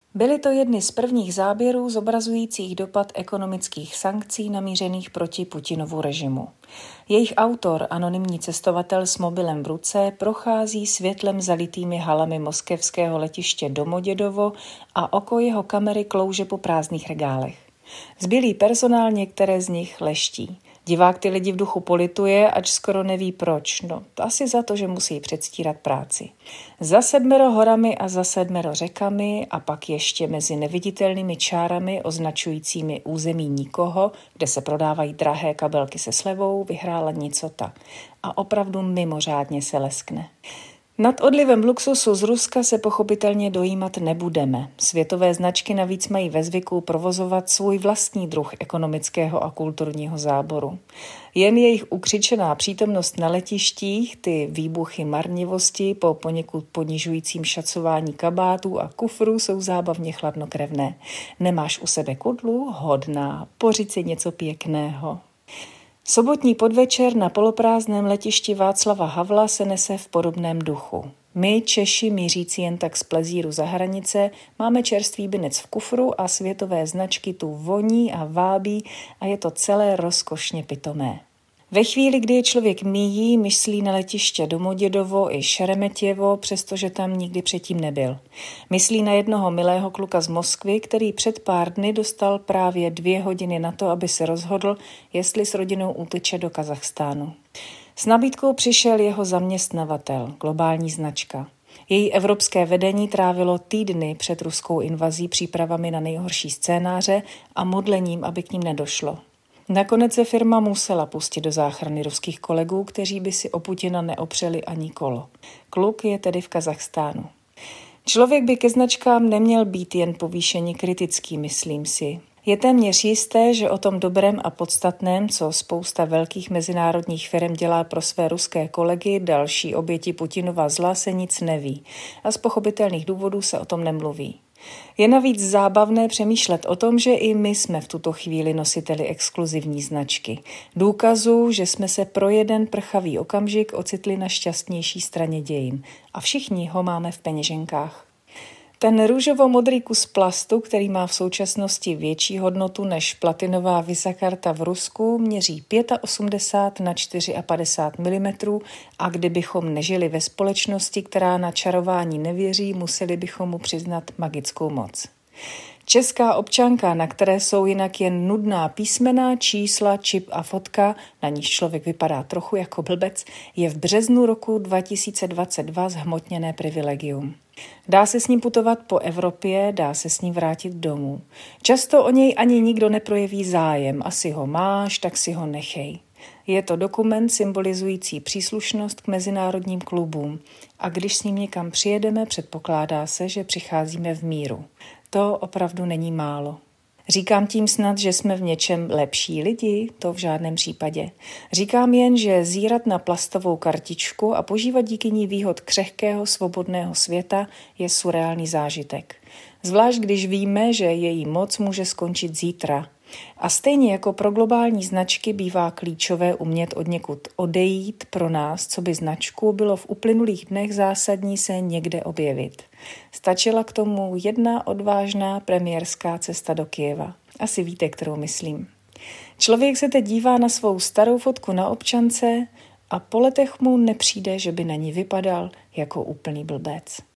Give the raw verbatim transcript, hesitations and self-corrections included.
Byly to jedny z prvních záběrů zobrazujících dopad ekonomických sankcí namířených proti Putinovu režimu. Jejich autor, anonymní cestovatel s mobilem v ruce, prochází světlem zalitými halami moskevského letiště Domodědovo a oko jeho kamery klouže po prázdných regálech. Zbylý personál některé z nich leští. Divák ty lidi v duchu polituje, ač skoro neví proč. No, asi za to, že musí předstírat práci. Za sedmero horami a za sedmero řekami a pak ještě mezi neviditelnými čárami označujícími území nikoho, kde se prodávají drahé kabelky se slevou, vyhrála nicota. A opravdu mimořádně se leskne. Nad odlivem luxusu z Ruska se pochopitelně dojímat nebudeme. Světové značky navíc mají ve zvyku provozovat svůj vlastní druh ekonomického a kulturního záboru. Jen jejich ukřičená přítomnost na letištích, ty výbuchy marnivosti po poněkud ponižujícím šacování kabátů a kufrů jsou zábavně chladnokrevné. Nemáš u sebe kudlu? Hodná. Pořiď si něco pěkného. Sobotní podvečer na poloprázdném letišti Václava Havla se nese v podobném duchu. My, Češi, mířící jen tak z plezíru za hranice, máme čerstvý binec v kufru a světové značky tu voní a vábí a je to celé rozkošně pitomé. Ve chvíli, kdy je člověk míjí, myslí na letiště Domodědovo i Šeremetěvo, přestože tam nikdy předtím nebyl. Myslí na jednoho milého kluka z Moskvy, který před pár dny dostal právě dvě hodiny na to, aby se rozhodl, jestli s rodinou uteče do Kazachstánu. S nabídkou přišel jeho zaměstnavatel, globální značka. Její evropské vedení trávilo týdny před ruskou invazí přípravami na nejhorší scénáře a modlením, aby k ním nedošlo. Nakonec se firma musela pustit do záchrany ruských kolegů, kteří by si o Putina neopřeli ani kolo. Kluk je tedy v Kazachstánu. Člověk by ke značkám neměl být jen povýšeně kritický, myslím si. Je téměř jisté, že o tom dobrém a podstatném, co spousta velkých mezinárodních firm dělá pro své ruské kolegy, další oběti Putinova zla, se nic neví. A z pochopitelných důvodů se o tom nemluví. Je navíc zábavné přemýšlet o tom, že i my jsme v tuto chvíli nositeli exkluzivní značky. Důkazu, že jsme se pro jeden prchavý okamžik ocitli na šťastnější straně dějin. A všichni ho máme v peněženkách. Ten růžovo-modrý kus plastu, který má v současnosti větší hodnotu než platinová Visa karta v Rusku, měří osmdesát pět na padesát čtyři milimetrů a kdybychom nežili ve společnosti, která na čarování nevěří, museli bychom mu přiznat magickou moc. Česká občanka, na které jsou jinak jen nudná písmena, čísla, čip a fotka, na níž člověk vypadá trochu jako blbec, je v březnu roku dva tisíce dvacet dva zhmotněné privilegium. Dá se s ním putovat po Evropě, dá se s ním vrátit domů. Často o něj ani nikdo neprojeví zájem, asi ho máš, tak si ho nechej. Je to dokument symbolizující příslušnost k mezinárodním klubům a když s ním někam přijedeme, předpokládá se, že přicházíme v míru. To opravdu není málo. Říkám tím snad, že jsme v něčem lepší lidi? To v žádném případě. Říkám jen, že zírat na plastovou kartičku a požívat díky ní výhod křehkého svobodného světa je surreální zážitek. Zvlášť když víme, že její moc může skončit zítra. A stejně jako pro globální značky bývá klíčové umět odněkud odejít, pro nás, co by značku, bylo v uplynulých dnech zásadní se někde objevit. Stačila k tomu jedna odvážná premiérská cesta do Kyjeva. Asi víte, kterou myslím. Člověk se teď dívá na svou starou fotku na občance a po letech mu nepřijde, že by na ní vypadal jako úplný blbec.